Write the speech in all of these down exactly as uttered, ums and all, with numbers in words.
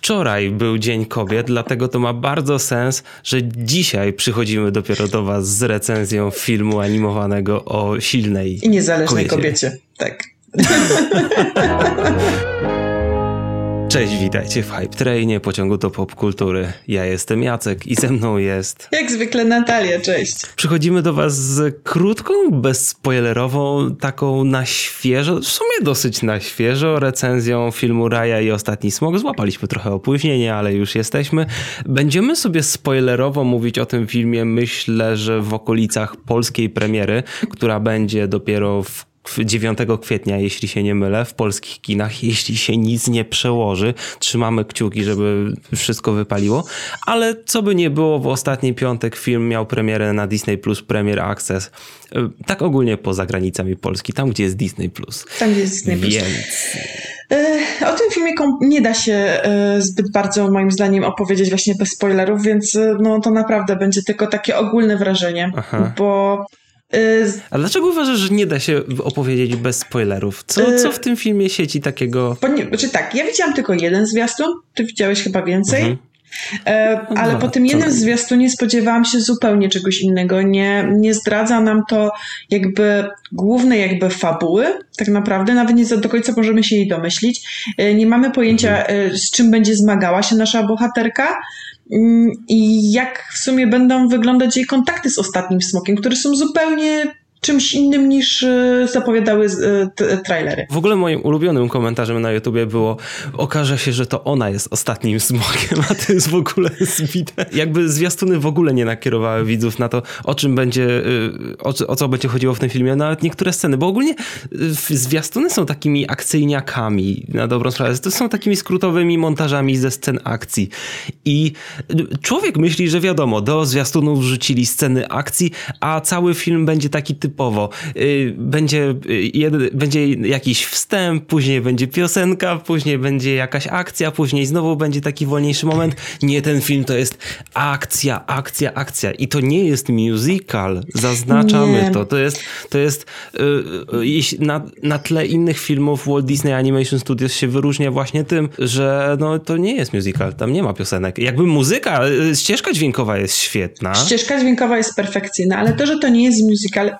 wczoraj był Dzień Kobiet, dlatego to ma bardzo sens, że dzisiaj przychodzimy dopiero do was z recenzją filmu animowanego o silnej i niezależnej kobiecie. kobiecie. Tak. Cześć, witajcie w Hype Trainie, pociągu do popkultury. Ja jestem Jacek i ze mną jest... Jak zwykle Natalia, cześć. Przychodzimy do was z krótką, bezspoilerową, taką na świeżo, w sumie dosyć na świeżo, recenzją filmu Raya i Ostatni Smok. Złapaliśmy trochę opóźnienie, ale już jesteśmy. Będziemy sobie spoilerowo mówić o tym filmie, myślę, że w okolicach polskiej premiery, która będzie dopiero w dziewiątego kwietnia, jeśli się nie mylę, w polskich kinach, jeśli się nic nie przełoży. Trzymamy kciuki, żeby wszystko wypaliło. Ale co by nie było, w ostatni piątek film miał premierę na Disney Plus Premier Access. Tak ogólnie poza granicami Polski, tam gdzie jest Disney Plus. Tam gdzie jest Disney Plus. Więc... O tym filmie nie da się zbyt bardzo, moim zdaniem, opowiedzieć właśnie bez spoilerów, więc no to naprawdę będzie tylko takie ogólne wrażenie. Aha. Bo... A dlaczego uważasz, że nie da się opowiedzieć bez spoilerów? Co, co w tym filmie sieci takiego? Bo nie, znaczy tak, ja widziałam tylko jeden zwiastun, ty widziałeś chyba więcej, mhm. e, ale no, po tym jednym zwiastunie spodziewałam się zupełnie czegoś innego. Nie, nie zdradza nam to jakby głównej jakby fabuły, tak naprawdę, nawet nie do końca możemy się jej domyślić. E, nie mamy pojęcia, mhm. e, z czym będzie zmagała się nasza bohaterka. I jak w sumie będą wyglądać jej kontakty z Ostatnim Smokiem, które są zupełnie czymś innym niż zapowiadały t- trailery. W ogóle moim ulubionym komentarzem na YouTubie było: okaże się, że to ona jest Ostatnim Smokiem, a to jest w ogóle zbite. Jakby zwiastuny w ogóle nie nakierowały widzów na to, o czym będzie, o, o co będzie chodziło w tym filmie, nawet niektóre sceny, bo ogólnie zwiastuny są takimi akcyjniakami, na dobrą sprawę. To są takimi skrótowymi montażami ze scen akcji. I człowiek myśli, że wiadomo, do zwiastunów wrzucili sceny akcji, a cały film będzie taki typ typowo. Będzie, będzie jakiś wstęp, później będzie piosenka, później będzie jakaś akcja, później znowu będzie taki wolniejszy moment. Nie, ten film to jest akcja, akcja, akcja. I to nie jest musical. Zaznaczamy nie. to. To jest, to jest na, na tle innych filmów Walt Disney Animation Studios się wyróżnia właśnie tym, że no, to nie jest musical. Tam nie ma piosenek. Jakby muzyka, ścieżka dźwiękowa jest świetna. Ścieżka dźwiękowa jest perfekcyjna, ale to, że to nie jest musical...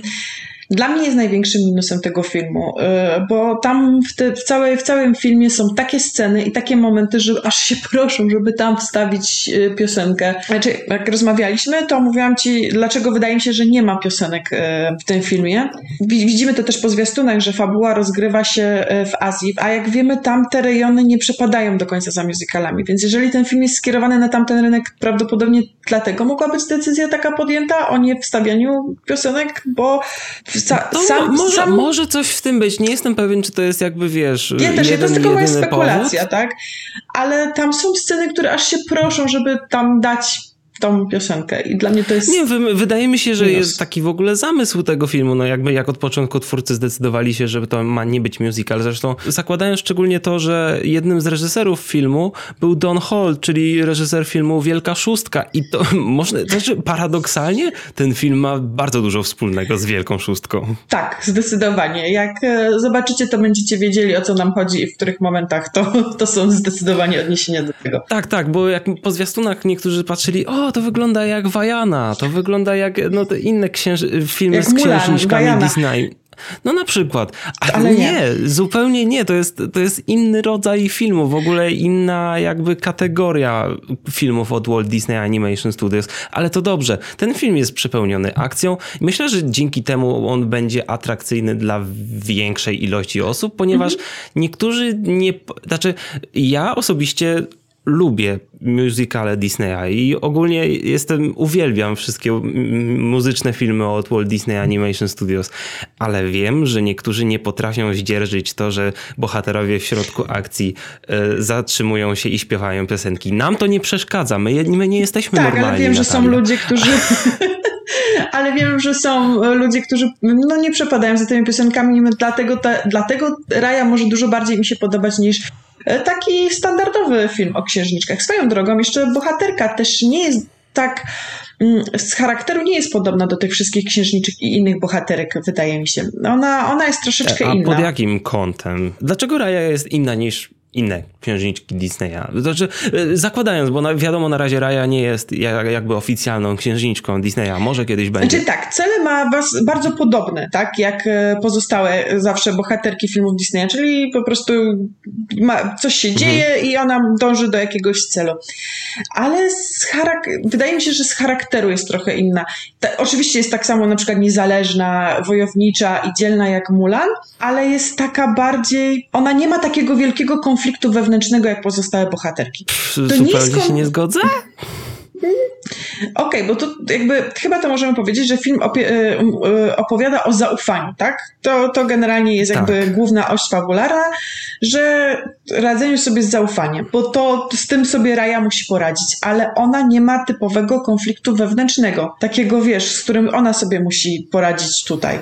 Dla mnie jest największym minusem tego filmu, bo tam w, te, w, całej, w całym filmie są takie sceny i takie momenty, że aż się proszą, żeby tam wstawić piosenkę. Znaczy, jak rozmawialiśmy, to mówiłam ci, dlaczego wydaje mi się, że nie ma piosenek w tym filmie. Widzimy to też po zwiastunach, że fabuła rozgrywa się w Azji, a jak wiemy, tamte rejony nie przepadają do końca za musicalami, więc jeżeli ten film jest skierowany na tamten rynek, prawdopodobnie dlatego mogła być decyzja taka podjęta o nie wstawianiu piosenek, bo Sa, to sam, może, sam... może coś w tym być. Nie jestem pewien, czy to jest jakby, wiesz, nie, też, jeden, to jest tylko moja spekulacja, powód. Tak? Ale tam są sceny, które aż się proszą, żeby tam dać tą piosenkę i dla mnie to jest... Nie, wy, wydaje mi się, że minus. Jest taki w ogóle zamysł tego filmu, no jakby jak od początku twórcy zdecydowali się, żeby to ma nie być musical. Zresztą zakładając szczególnie to, że jednym z reżyserów filmu był Don Holt, czyli reżyser filmu Wielka Szóstka i to można, to znaczy paradoksalnie ten film ma bardzo dużo wspólnego z Wielką Szóstką. Tak, zdecydowanie. Jak e, zobaczycie, to będziecie wiedzieli, o co nam chodzi i w których momentach to, to są zdecydowanie odniesienia do tego. Tak, tak, bo jak po zwiastunach niektórzy patrzyli, o, to wygląda jak Vaiana, to wygląda jak no, te inne księży- filmy jak z Mulan, księżniczkami Vaiana. Disney. No na przykład. Ale, Ale nie, nie, zupełnie nie. To jest, to jest inny rodzaj filmu, w ogóle inna jakby kategoria filmów od Walt Disney Animation Studios. Ale to dobrze. Ten film jest przepełniony akcją i myślę, że dzięki temu on będzie atrakcyjny dla większej ilości osób, ponieważ mhm. niektórzy nie... Znaczy, ja osobiście lubię musicale Disneya i ogólnie jestem, uwielbiam wszystkie muzyczne filmy od Walt Disney Animation Studios, ale wiem, że niektórzy nie potrafią zdzierżyć to, że bohaterowie w środku akcji y, zatrzymują się i śpiewają piosenki. Nam to nie przeszkadza, my, my nie jesteśmy tak, normalni. Tak, ale wiem, Natalia. że są ludzie, którzy... ale wiem, że są ludzie, którzy no, nie przepadają za tymi piosenkami, dlatego, ta, dlatego Raya może dużo bardziej mi się podobać niż taki standardowy film o księżniczkach. Swoją drogą, jeszcze bohaterka też nie jest tak, z charakteru nie jest podobna do tych wszystkich księżniczek i innych bohaterek, wydaje mi się. Ona, ona jest troszeczkę A inna. pod jakim kątem? Dlaczego Raya jest inna niż inne księżniczki Disneya. Znaczy, zakładając, bo wiadomo, na razie Raya nie jest jakby oficjalną księżniczką Disneya. Może kiedyś będzie. Znaczy tak, cele ma bardzo podobne, tak, jak pozostałe zawsze bohaterki filmów Disneya, czyli po prostu ma, coś się dzieje mhm. i ona dąży do jakiegoś celu. Ale z charak- wydaje mi się, że z charakteru jest trochę inna. Ta, oczywiście jest tak samo na przykład niezależna, wojownicza i dzielna jak Mulan, ale jest taka bardziej, ona nie ma takiego wielkiego konfliktu wewnętrznego jak pozostałe bohaterki. To zupełnie nie kon... się nie zgodzę? Okej, okay, bo to jakby chyba to możemy powiedzieć, że film opie- opowiada o zaufaniu, tak? To, to generalnie jest jakby tak. główna oś fabularna, że radzeniu sobie z zaufaniem, bo to z tym sobie Raya musi poradzić, ale ona nie ma typowego konfliktu wewnętrznego, takiego wiesz, z którym ona sobie musi poradzić tutaj.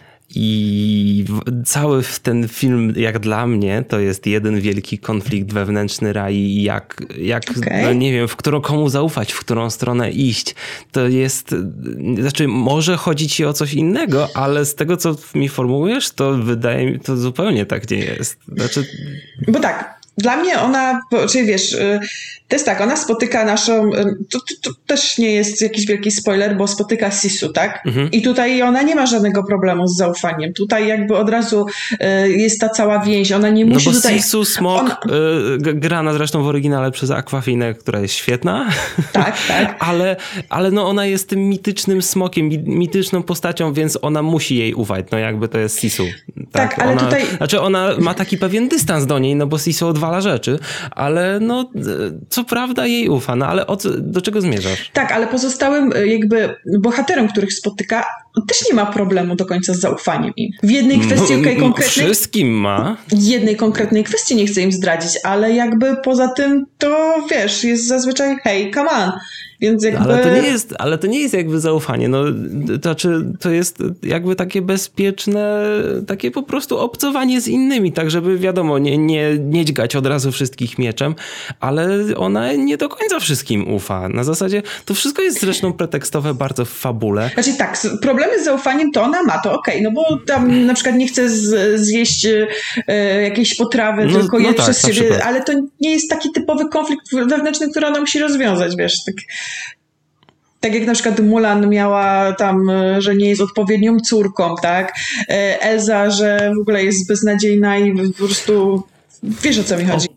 I cały ten film, jak dla mnie, to jest jeden wielki konflikt wewnętrzny Rai, jak, jak okay. no nie wiem, w którą komu zaufać, w którą stronę iść. To jest, znaczy może chodzi ci o coś innego, ale z tego, co mi formułujesz, to wydaje mi, to zupełnie tak nie jest. Znaczy... Bo tak, dla mnie ona, czyli wiesz, to jest tak, ona spotyka naszą, to, to, to też nie jest jakiś wielki spoiler, bo spotyka Sisu, tak? Mhm. I tutaj ona nie ma żadnego problemu z zaufaniem. Tutaj jakby od razu y, jest ta cała więź, ona nie musi no bo tutaj... Sisu Smok, ona... y, grana zresztą w oryginale przez Aquafinę, która jest świetna. Tak, tak. ale, ale no ona jest tym mitycznym smokiem, mityczną postacią, więc ona musi jej ufać, no jakby to jest Sisu. Tak, tak ale ona, tutaj... Znaczy ona ma taki pewien dystans do niej, no bo Sisu odwala rzeczy, ale no... Co prawda jej ufa, no ale o co, do czego zmierzasz? Tak, ale pozostałym jakby bohaterom, których spotyka, też nie ma problemu do końca z zaufaniem im. W jednej kwestii okej, okay, konkretnej... Wszystkim ma. Jednej konkretnej kwestii nie chcę im zdradzić, ale jakby poza tym to wiesz, jest zazwyczaj hey, come on. Więc jakby... ale, to nie jest, ale to nie jest jakby zaufanie. No, to, znaczy, to jest jakby takie bezpieczne, takie po prostu obcowanie z innymi, tak żeby wiadomo, nie, nie, nie dźgać od razu wszystkich mieczem, ale ona nie do końca wszystkim ufa. Na zasadzie to wszystko jest zresztą pretekstowe bardzo w fabule. Znaczy tak, problemy z zaufaniem to ona ma, to okej, okay, no bo tam na przykład nie chce z, zjeść e, jakiejś potrawy, no, tylko je no tak, przez siebie, przykład. Ale to nie jest taki typowy konflikt wewnętrzny, który ona musi rozwiązać, wiesz, tak... Tak jak na przykład Mulan miała tam, że nie jest odpowiednią córką, tak? Elza, że w ogóle jest beznadziejna i po prostu wiesz, o co mi chodzi.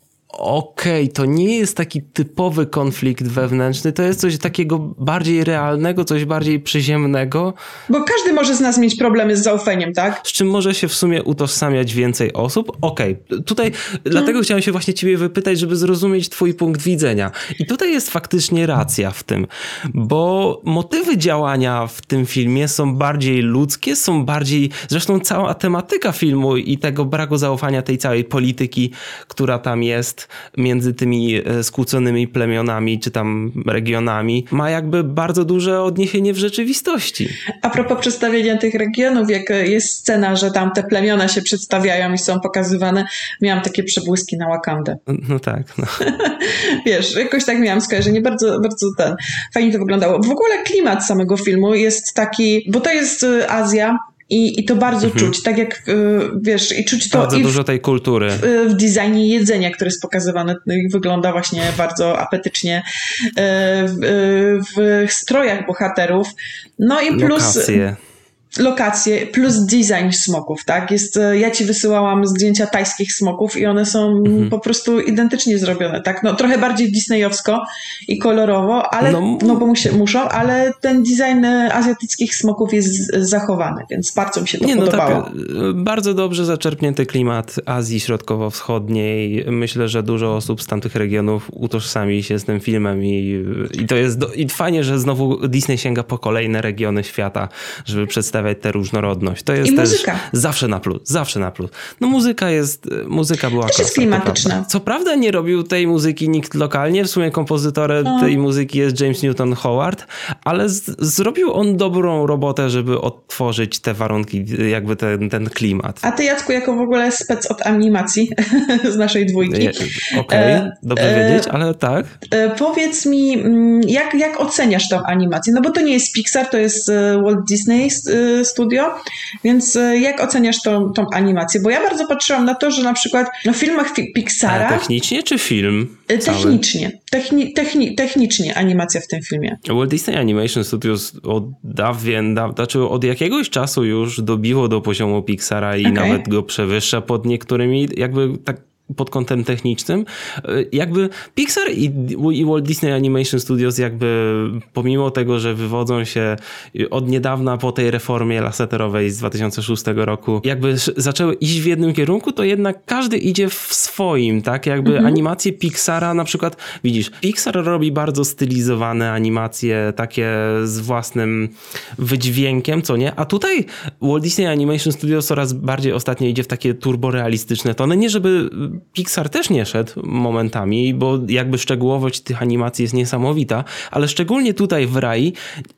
Okej, okay, to nie jest taki typowy konflikt wewnętrzny, to jest coś takiego bardziej realnego, coś bardziej przyziemnego. Bo każdy może z nas mieć problemy z zaufaniem, tak? Z czym może się w sumie utożsamiać więcej osób. Okej, okay. Tutaj hmm. dlatego chciałem się właśnie ciebie wypytać, żeby zrozumieć twój punkt widzenia. I tutaj jest faktycznie racja w tym, bo motywy działania w tym filmie są bardziej ludzkie, są bardziej, zresztą cała tematyka filmu i tego braku zaufania, tej całej polityki, która tam jest, między tymi skłóconymi plemionami czy tam regionami, ma jakby bardzo duże odniesienie w rzeczywistości. A propos przedstawienia tych regionów, jak jest scena, że tam te plemiona się przedstawiają i są pokazywane, miałam takie przebłyski na Wakandę. No tak. No. Wiesz, jakoś tak miałam skojarzenie, bardzo, bardzo ten, fajnie to wyglądało. W ogóle klimat samego filmu jest taki, bo to jest Azja, I, I to bardzo mhm. czuć, tak jak wiesz, i czuć to bardzo i w, dużo tej kultury. W, w designie jedzenia, które jest pokazywane i wygląda właśnie bardzo apetycznie, w, w strojach bohaterów. No i plus... Lokacje. Lokacje plus design smoków, tak? Jest, ja ci wysyłałam zdjęcia tajskich smoków i one są mhm. po prostu identycznie zrobione, tak? No trochę bardziej disneyowsko i kolorowo, ale, no, no bo musi, muszą, ale ten design azjatyckich smoków jest zachowany, więc bardzo mi się to Nie, podobało. No tak, bardzo dobrze zaczerpnięty klimat Azji Środkowo-Wschodniej. Myślę, że dużo osób z tamtych regionów utożsami się z tym filmem i, i to jest do, i fajnie, że znowu Disney sięga po kolejne regiony świata, żeby przedstawić tę różnorodność. To jest I też muzyka. Zawsze na plus, zawsze na plus. No muzyka jest, muzyka była też jest klimatyczna. Co prawda nie robił tej muzyki nikt lokalnie, w sumie kompozytorem no. tej muzyki jest James Newton Howard, ale z, zrobił on dobrą robotę, żeby odtworzyć te warunki, jakby ten, ten klimat. A ty, Jacku, jako w ogóle spec od animacji z naszej dwójki. Okej, okay, dobrze e, wiedzieć, ale tak. E, powiedz mi, jak, jak oceniasz tę animację? No bo to nie jest Pixar, to jest Walt Disney Studio, więc jak oceniasz tą, tą animację? Bo ja bardzo patrzyłam na to, że na przykład no, w filmach fi- Pixara... A technicznie czy film? Technicznie. Techni- techni- technicznie animacja w tym filmie. Walt Disney Animation Studios od dawien, da, znaczy od jakiegoś czasu już dobiło do poziomu Pixara i okay. nawet go przewyższa pod niektórymi, jakby tak pod kątem technicznym. Jakby Pixar i, i Walt Disney Animation Studios jakby pomimo tego, że wywodzą się od niedawna po tej reformie laseterowej z dwa tysiące szóstego roku, jakby zaczęły iść w jednym kierunku, to jednak każdy idzie w swoim, tak? Jakby mhm. animacje Pixara na przykład, widzisz, Pixar robi bardzo stylizowane animacje, takie z własnym wydźwiękiem, co nie? A tutaj Walt Disney Animation Studios coraz bardziej ostatnio idzie w takie turborealistyczne tony. Nie żeby Pixar też nie szedł momentami, bo jakby szczegółowość tych animacji jest niesamowita, ale szczególnie tutaj w Rai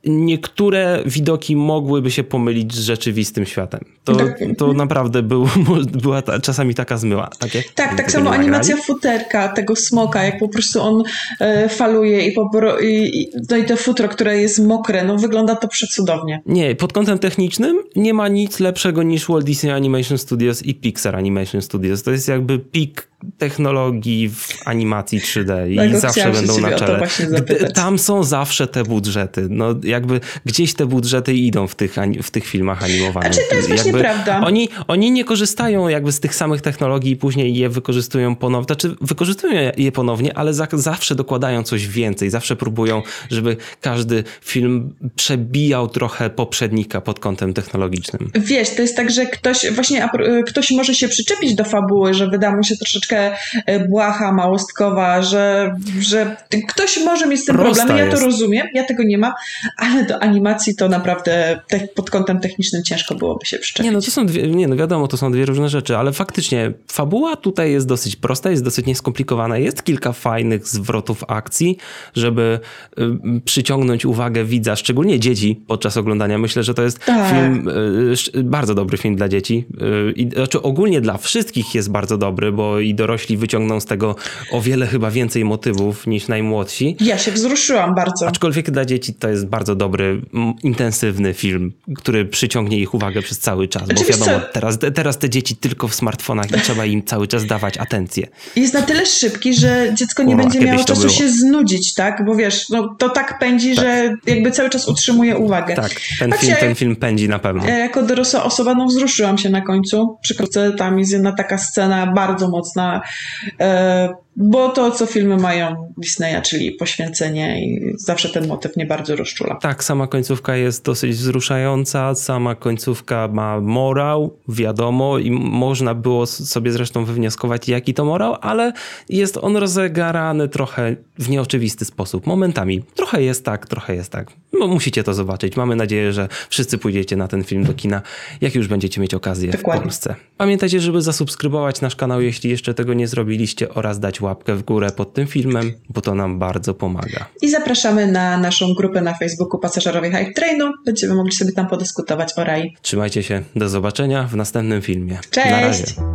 niektóre widoki mogłyby się pomylić z rzeczywistym światem. To, to naprawdę był, była ta, czasami taka zmyła. Takie, tak, tak samo animacja futerka, tego smoka, jak po prostu on e, faluje i, po, i, no i to futro, które jest mokre, no wygląda to przecudownie. Nie, pod kątem technicznym nie ma nic lepszego niż Walt Disney Animation Studios i Pixar Animation Studios. To jest jakby pik technologii w animacji trzy D i tak, zawsze będą na czele. Tam są zawsze te budżety. No jakby gdzieś te budżety idą w tych, w tych filmach animowanych. A czy to jest właśnie jakby prawda? Oni, oni nie korzystają jakby z tych samych technologii i później je wykorzystują ponownie. Znaczy wykorzystują je ponownie, ale za, zawsze dokładają coś więcej. Zawsze próbują, żeby każdy film przebijał trochę poprzednika pod kątem technologicznym. Wiesz, to jest tak, że ktoś właśnie ktoś może się przyczepić do fabuły, że wyda mu się troszeczkę błaha, małostkowa, że, że ktoś może mieć z tym Prosta problemy. Ja jest. to rozumiem, ja tego nie mam, ale do animacji to naprawdę te, pod kątem technicznym ciężko byłoby się przyczepić. Nie, no to są dwie, nie, no wiadomo, to są dwie różne rzeczy, ale faktycznie fabuła tutaj jest dosyć prosta, jest dosyć nieskomplikowana. Jest kilka fajnych zwrotów akcji, żeby y, przyciągnąć uwagę widza, szczególnie dzieci podczas oglądania. Myślę, że to jest tak. film, y, bardzo dobry film dla dzieci. Y, i, znaczy ogólnie dla wszystkich jest bardzo dobry, bo i dorośli wyciągną z tego o wiele chyba więcej motywów niż najmłodsi. Ja się wzruszyłam bardzo. Aczkolwiek dla dzieci to jest bardzo dobry, m, intensywny film, który przyciągnie ich uwagę przez cały czas. Bo Oczywiście. wiadomo, teraz, teraz te dzieci tylko w smartfonach i trzeba im cały czas dawać atencję. Jest na tyle szybki, że dziecko nie Kurwa, będzie miało czasu było. się znudzić, tak? Bo wiesz, no, to tak pędzi, tak. że jakby cały czas utrzymuje uwagę. Tak, ten, Choć film, ja, ten film pędzi na pewno. Ja jako dorosła osoba, no wzruszyłam się na końcu. Przy końcu tam jest jedna taka scena bardzo mocna, e, bo to, co filmy mają Disneya, czyli poświęcenie i zawsze ten motyw mnie bardzo rozczula. Tak, sama końcówka jest dosyć wzruszająca, sama końcówka ma morał, wiadomo, i można było sobie zresztą wywnioskować, jaki to morał, ale jest on rozegarany trochę w nieoczywisty sposób, momentami. Trochę jest tak, trochę jest tak. No musicie to zobaczyć. Mamy nadzieję, że wszyscy pójdziecie na ten film do kina, jak już będziecie mieć okazję Dokładnie. w Polsce. Pamiętajcie, żeby zasubskrybować nasz kanał, jeśli jeszcze tego nie zrobiliście, oraz dać łapkę w górę pod tym filmem, bo to nam bardzo pomaga. I zapraszamy na naszą grupę na Facebooku Pasażerowie Hype Trainu. Będziemy mogli sobie tam podyskutować o Rai. Trzymajcie się, do zobaczenia w następnym filmie. Cześć! Na razie.